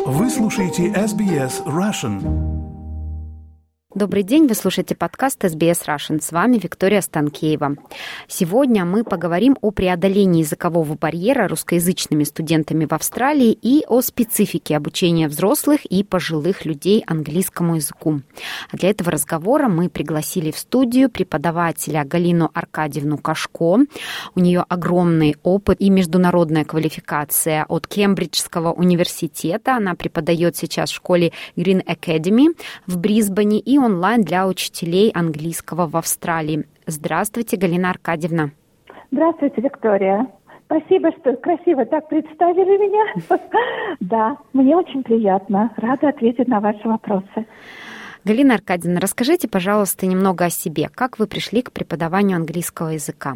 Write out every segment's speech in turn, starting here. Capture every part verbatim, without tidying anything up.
Вы слушаете эс би эс Russian. Добрый день, вы слушаете подкаст эс би эс Russian. С вами Виктория Станкеева. Сегодня мы поговорим о преодолении языкового барьера русскоязычными студентами в Австралии и о специфике обучения взрослых и пожилых людей английскому языку. А для этого разговора мы пригласили в студию преподавателя Галину Аркадьевну Кашко. У нее огромный опыт и международная квалификация от Кембриджского университета. Она преподает сейчас в школе Green Academy в Брисбене и онлайн для учителей английского в Австралии. Здравствуйте, Галина Аркадьевна. Здравствуйте, Виктория. Спасибо, что красиво так представили меня. Да, мне очень приятно. Рада ответить на ваши вопросы. Галина Аркадьевна, расскажите, пожалуйста, немного о себе. Как вы пришли к преподаванию английского языка?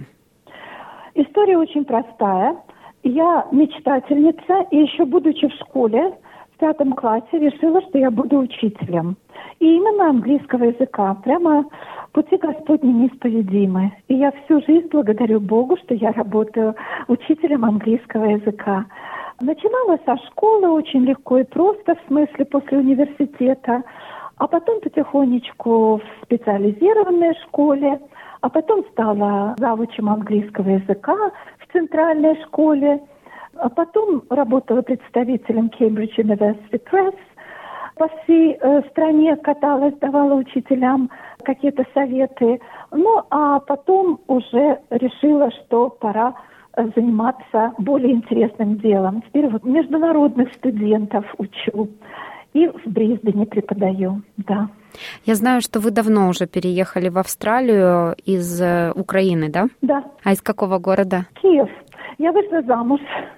История очень простая. Я мечтательница, и еще будучи в школе, в пятом классе решила, что я буду учителем. И именно английского языка. Прямо пути Господни неисповедимы. И я всю жизнь благодарю Богу, что я работаю учителем английского языка. Начинала со школы очень легко и просто, в смысле после университета. А потом потихонечку в специализированной школе. А потом стала завучем английского языка в центральной школе. А потом работала представителем Cambridge University Press. По всей э, стране каталась, давала учителям какие-то советы. Ну, а потом уже решила, что пора э, заниматься более интересным делом. Теперь вот международных студентов учу и в Брисбене преподаю, да. Я знаю, что вы давно уже переехали в Австралию из э, Украины, да? Да. А из какого города? Киев. Я вышла замуж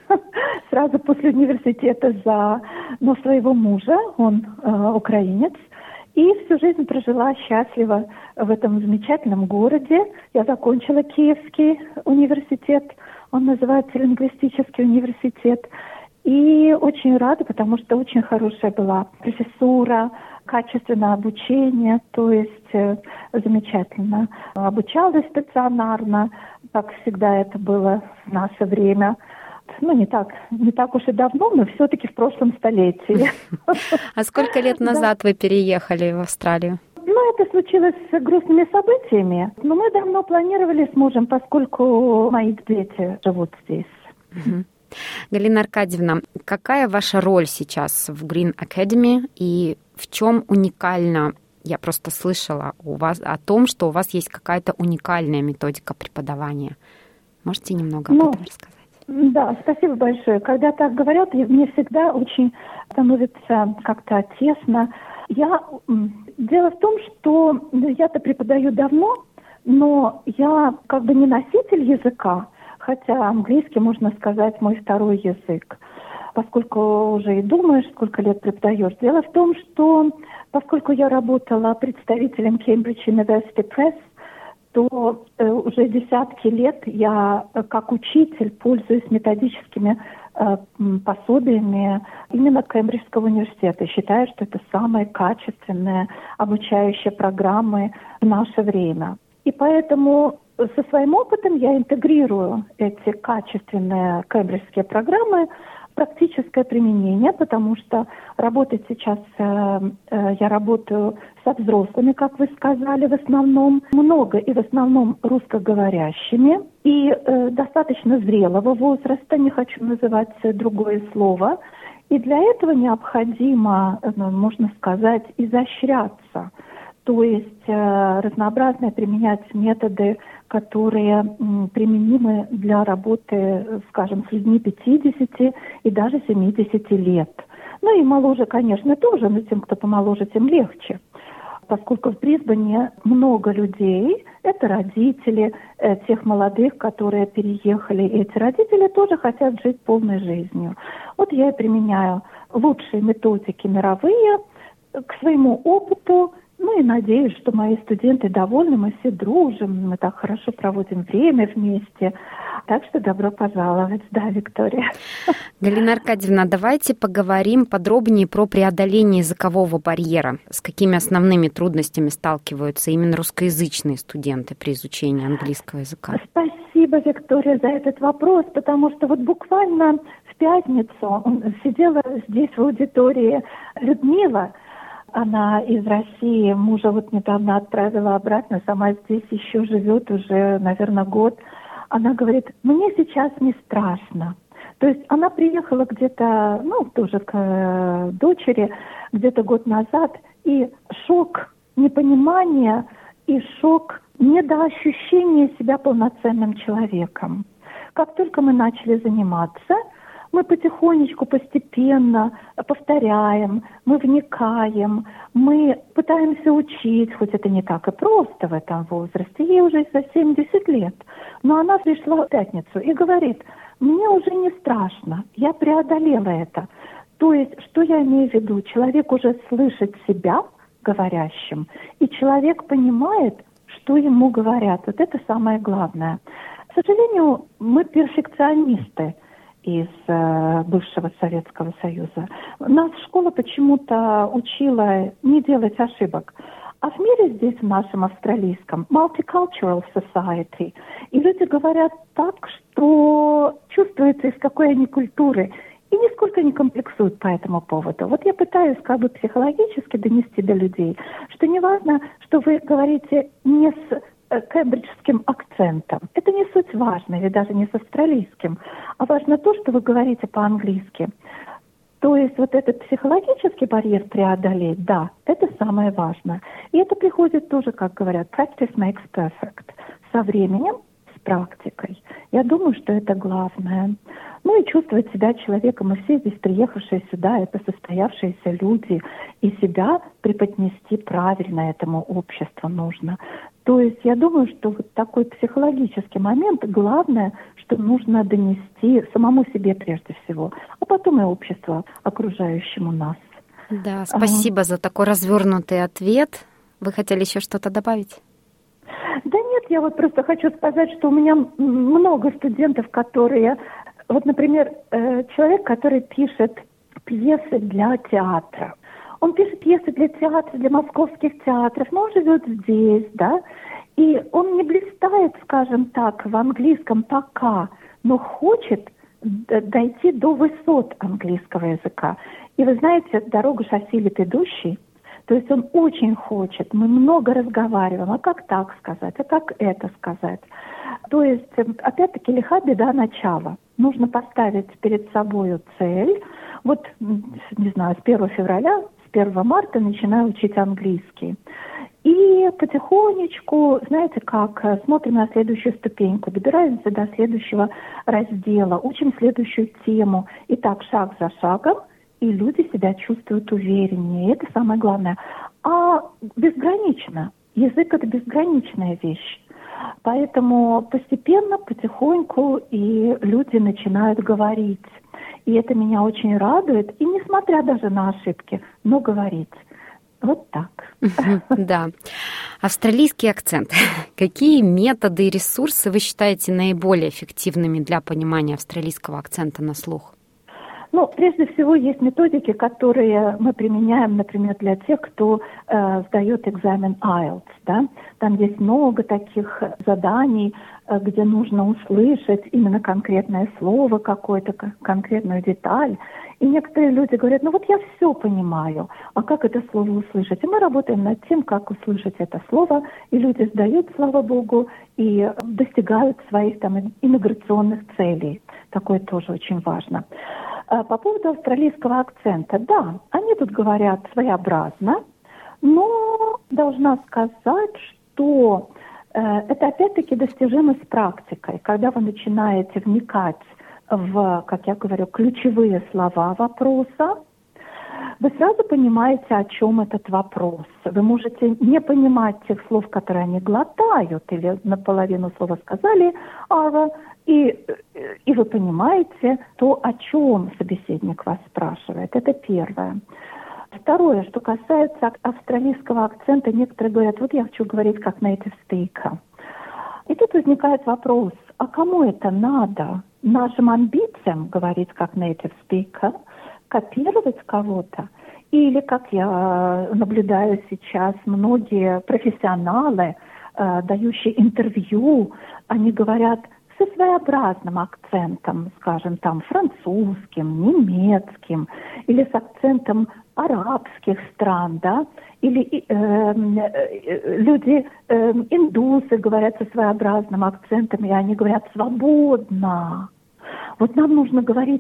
сразу после университета за ну, своего мужа, он э, украинец, и всю жизнь прожила счастливо в этом замечательном городе. Я закончила Киевский университет, он называется лингвистический университет, и очень рада, потому что очень хорошая была профессура, качественное обучение, то есть э, замечательно. Обучалась стационарно, как всегда это было в наше время. Ну, не так, не так уж и давно, но все-таки в прошлом столетии. А сколько лет назад вы переехали в Австралию? Ну, это случилось с грустными событиями. Но мы давно планировали с мужем, поскольку мои дети живут здесь. Галина Аркадьевна, какая ваша роль сейчас в Green Academy и в чем уникально? Я просто слышала у вас о том, что у вас есть какая-то уникальная методика преподавания. Можете немного об ну, этом рассказать? Да, спасибо большое. Когда так говорят, мне всегда очень становится как-то тесно. Я... Дело в том, что я-то преподаю давно, но я как бы не носитель языка, хотя английский, можно сказать, мой второй язык, поскольку уже и думаешь, сколько лет преподаешь. Дело в том, что поскольку я работала представителем Cambridge University Press, то э, уже десятки лет я э, как учитель пользуюсь методическими э, пособиями именно Кембриджского университета. И считаю, что это самые качественные обучающие программы в наше время. И поэтому со своим опытом я интегрирую эти качественные кембриджские программы в практическое применение, потому что работать сейчас э, э, я работаю со взрослыми, как вы сказали, в основном много и в основном русскоговорящими и э, достаточно зрелого возраста, не хочу называть другое слово. И для этого необходимо, э, можно сказать, изощряться. То есть э, разнообразные применять методы, которые м, применимы для работы, скажем, с людьми пятидесяти и даже семидесяти лет. Ну и моложе, конечно, тоже, но тем, кто помоложе, тем легче. Поскольку в Брисбене много людей, это родители э, тех молодых, которые переехали. И эти родители тоже хотят жить полной жизнью. Вот я и применяю лучшие методики мировые к своему опыту. Ну и надеюсь, что мои студенты довольны, мы все дружим, мы так хорошо проводим время вместе. Так что добро пожаловать, да, Виктория. Галина Аркадьевна, давайте поговорим подробнее про преодоление языкового барьера. С какими основными трудностями сталкиваются именно русскоязычные студенты при изучении английского языка? Спасибо, Виктория, за этот вопрос, потому что вот буквально В пятницу сидела здесь в аудитории Людмила, она из России, мужа вот недавно отправила обратно, сама здесь еще живет уже, наверное, год. Она говорит, мне сейчас не страшно. То есть она приехала где-то, ну, тоже к э, дочери, где-то год назад, и шок непонимания, и шок недоощущения себя полноценным человеком. Как только мы начали заниматься, мы потихонечку, постепенно повторяем, мы вникаем, мы пытаемся учить, хоть это не так и просто в этом возрасте, ей уже за семьдесят лет. Но она пришла в пятницу и говорит, мне уже не страшно, я преодолела это. То есть, что я имею в виду? Человек уже слышит себя говорящим, и человек понимает, что ему говорят. Вот это самое главное. К сожалению, мы перфекционисты из э, бывшего Советского Союза. Нас школа почему-то учила не делать ошибок. А в мире здесь, в нашем австралийском, multicultural society, и люди говорят так, что чувствуется, из какой они культуры, и нисколько не комплексуют по этому поводу. Вот я пытаюсь как бы психологически донести до людей, что не важно, что вы говорите не с кембриджским акцентом. Это не суть важно, или даже не с австралийским, а важно то, что вы говорите по-английски. То есть вот этот психологический барьер преодолеть, да, это самое важное. И это приходит тоже, как говорят, practice makes perfect. Со временем, с практикой. Я думаю, что это главное. Ну и чувствовать себя человеком. Мы все здесь приехавшие сюда, это состоявшиеся люди. И себя преподнести правильно этому обществу нужно. То есть я думаю, что вот такой психологический момент, главное, что нужно донести самому себе прежде всего, а потом и обществу, окружающему нас. Да, спасибо а, за такой развернутый ответ. Вы хотели еще что-то добавить? Да нет, я вот просто хочу сказать, что у меня много студентов, которые... Вот, например, человек, который пишет пьесы для театра. Он пишет пьесы для театра, для московских театров, но он живет здесь, да, и он не блистает, скажем так, в английском пока, но хочет дойти до высот английского языка. И вы знаете, дорогу осилит идущий, то есть он очень хочет, мы много разговариваем, а как так сказать, а как это сказать. То есть, опять-таки, лиха беда начала. Нужно поставить перед собой цель. Вот, не знаю, с первого февраля, с первого марта начинаю учить английский. И потихонечку, знаете как, смотрим на следующую ступеньку, добираемся до следующего раздела, учим следующую тему. И так, шаг за шагом, и люди себя чувствуют увереннее. Это самое главное. А безгранично. Язык – это безграничная вещь. Поэтому постепенно, потихоньку и люди начинают говорить. И это меня очень радует. И несмотря даже на ошибки, но говорить. Вот так. Да. Австралийский акцент. Какие методы и ресурсы вы считаете наиболее эффективными для понимания австралийского акцента на слух? Ну, прежде всего, есть методики, которые мы применяем, например, для тех, кто э, сдает экзамен айлтс, да. Там есть много таких заданий, э, где нужно услышать именно конкретное слово какое-то, конкретную деталь. И некоторые люди говорят, ну вот я все понимаю, а как это слово услышать? И мы работаем над тем, как услышать это слово, и люди сдают, слава богу, и достигают своих там иммиграционных целей. Такое тоже очень важно. По поводу австралийского акцента, да, они тут говорят своеобразно, но должна сказать, что э, это опять-таки достижимо с практикой. Когда вы начинаете вникать в, как я говорю, ключевые слова вопроса, вы сразу понимаете, о чем этот вопрос. Вы можете не понимать тех слов, которые они глотают, или наполовину слова сказали «ара», и, и вы понимаете то, о чем собеседник вас спрашивает. Это первое. Второе, что касается австралийского акцента, некоторые говорят, вот я хочу говорить как native speaker. И тут возникает вопрос, а кому это надо? Нашим амбициям говорить как native speaker, копировать кого-то? Или, как я наблюдаю сейчас, многие профессионалы, дающие интервью, они говорят со своеобразным акцентом, скажем, там, французским, немецким, или с акцентом арабских стран, да, или э, э, люди, э, индусы говорят со своеобразным акцентом, и они говорят свободно. Вот нам нужно говорить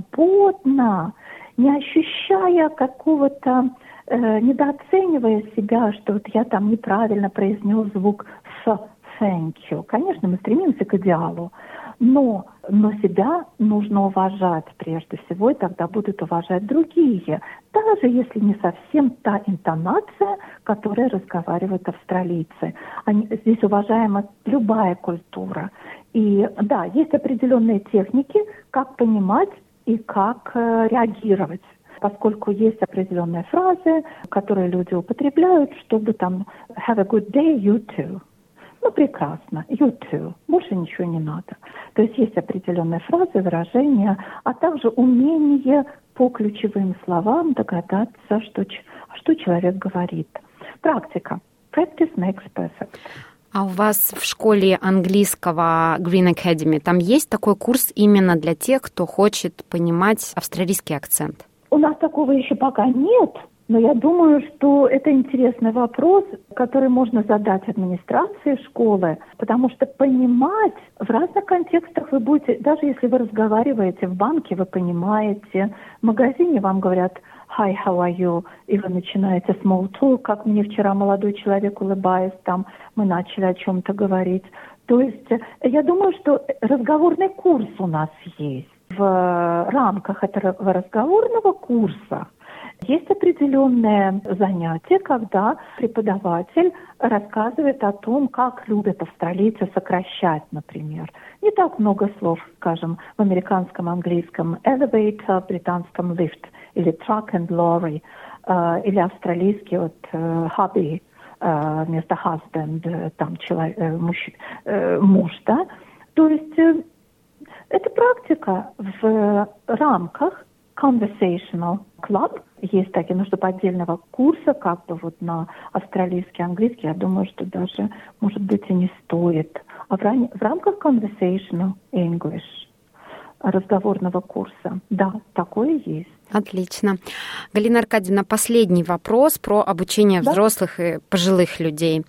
свободно, не ощущая какого-то, э, недооценивая себя, что вот я там неправильно произнес звук «с», «thank you». Конечно, мы стремимся к идеалу, но, но себя нужно уважать прежде всего, и тогда будут уважать другие, даже если не совсем та интонация, которой разговаривают австралийцы. Они, здесь уважаема любая культура. И да, есть определенные техники, как понимать и как э, реагировать, поскольку есть определенные фразы, которые люди употребляют, чтобы там «have a good day, you too». Ну, прекрасно, you too, больше ничего не надо. То есть есть определенные фразы, выражения, а также умение по ключевым словам догадаться, что, что человек говорит. Практика. Practice makes perfect. А у вас в школе английского Green Academy там есть такой курс именно для тех, кто хочет понимать австралийский акцент? У нас такого еще пока нет, но я думаю, что это интересный вопрос, который можно задать администрации школы, потому что понимать в разных контекстах вы будете, даже если вы разговариваете в банке, вы понимаете, в магазине вам говорят «Hi, how are you?» и вы начинаете small talk, как мне вчера молодой человек, улыбаясь, там мы начали о чем-то говорить. То есть я думаю, что разговорный курс у нас есть. В рамках этого разговорного курса есть определенное занятие, когда преподаватель рассказывает о том, как любят австралийцы сокращать, например. Не так много слов, скажем, в американском английском elevator, в британском lift, или truck and lorry, э, или австралийский вот э, hubby, э, вместо husband, э, там человек, э, муж, э, муж, да. То есть э, это практика в рамках conversational club. Есть такие, ну, чтобы отдельного курса, как бы вот на австралийский, английский, я думаю, что даже, может быть, и не стоит. А в, рам- в рамках conversational English, разговорного курса, да, такое есть. Отлично. Галина Аркадьевна, последний вопрос про обучение Да? взрослых и пожилых людей.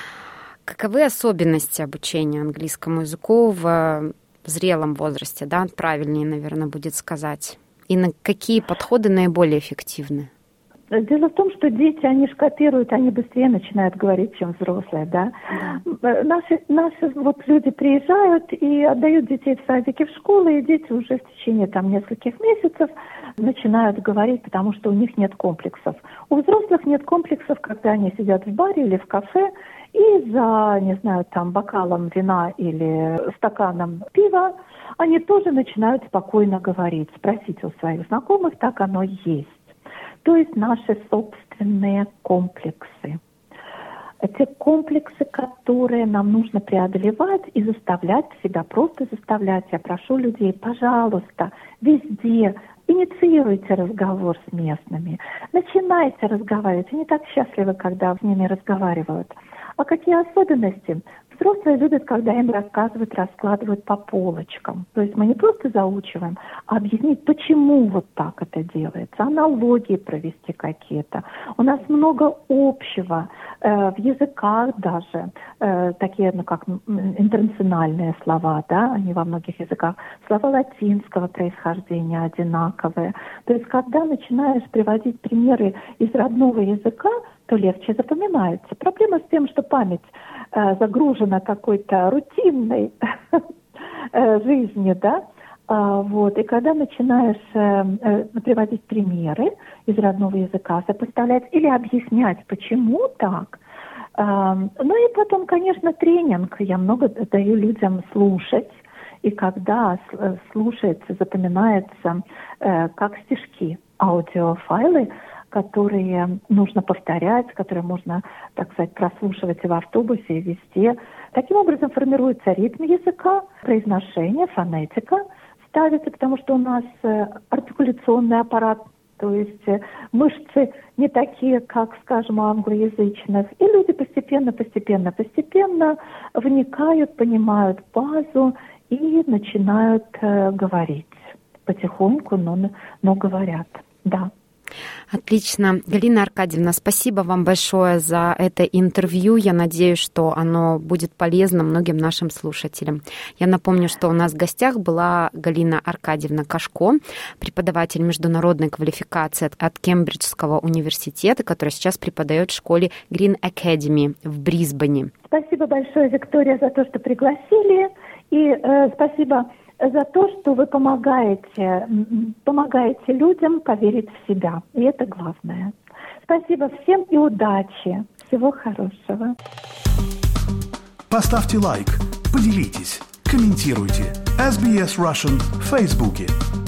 Каковы особенности обучения английскому языку в зрелом возрасте, да, правильнее, наверное, будет сказать? И на какие подходы наиболее эффективны? Дело в том, что дети, они же копируют, они быстрее начинают говорить, чем взрослые, да. да. Наши, наши вот люди приезжают и отдают детей в садики, в школы, и дети уже в течение там нескольких месяцев начинают говорить, потому что у них нет комплексов. У взрослых нет комплексов, когда они сидят в баре или в кафе, и за, не знаю, там, бокалом вина или стаканом пива они тоже начинают спокойно говорить. Спросите у своих знакомых, так оно есть. То есть наши собственные комплексы. Эти комплексы, которые нам нужно преодолевать и заставлять себя, просто заставлять. Я прошу людей, пожалуйста, везде инициируйте разговор с местными. Начинайте разговаривать. Они так счастливы, когда с ними разговаривают. А какие особенности? Взрослые любят, когда им рассказывают, раскладывают по полочкам. То есть мы не просто заучиваем, а объяснить, почему вот так это делается, аналогии провести какие-то. У нас много общего э, в языках даже, э, такие, ну, как интернациональные слова, да, они во многих языках, слова латинского происхождения одинаковые. То есть когда начинаешь приводить примеры из родного языка, то легче запоминается. Проблема с тем, что память э, загружена какой-то рутинной э, жизнью, да, а, вот, и когда начинаешь э, э, приводить примеры из родного языка, сопоставлять или объяснять, почему так, э, ну и потом, конечно, тренинг. Я много даю людям слушать, и когда слушается, запоминается, э, как стишки, аудиофайлы, которые нужно повторять, которые можно, так сказать, прослушивать и в автобусе, и везде. Таким образом формируется ритм языка, произношение, фонетика ставится, потому что у нас артикуляционный аппарат, то есть мышцы не такие, как, скажем, у англоязычных. И люди постепенно, постепенно, постепенно вникают, понимают базу, и начинают э, говорить потихоньку, но, но говорят, да. Отлично. Галина Аркадьевна, спасибо вам большое за это интервью. Я надеюсь, что оно будет полезно многим нашим слушателям. Я напомню, что у нас в гостях была Галина Аркадьевна Кашко, преподаватель международной квалификации от Кембриджского университета, который сейчас преподает в школе Green Academy в Брисбене. Спасибо большое, Виктория, за то, что пригласили. И э, спасибо за то, что вы помогаете, помогаете людям поверить в себя. И это главное. Спасибо всем и удачи. Всего хорошего. Поставьте лайк, поделитесь, комментируйте. эс би эс Russian в Фейсбуке.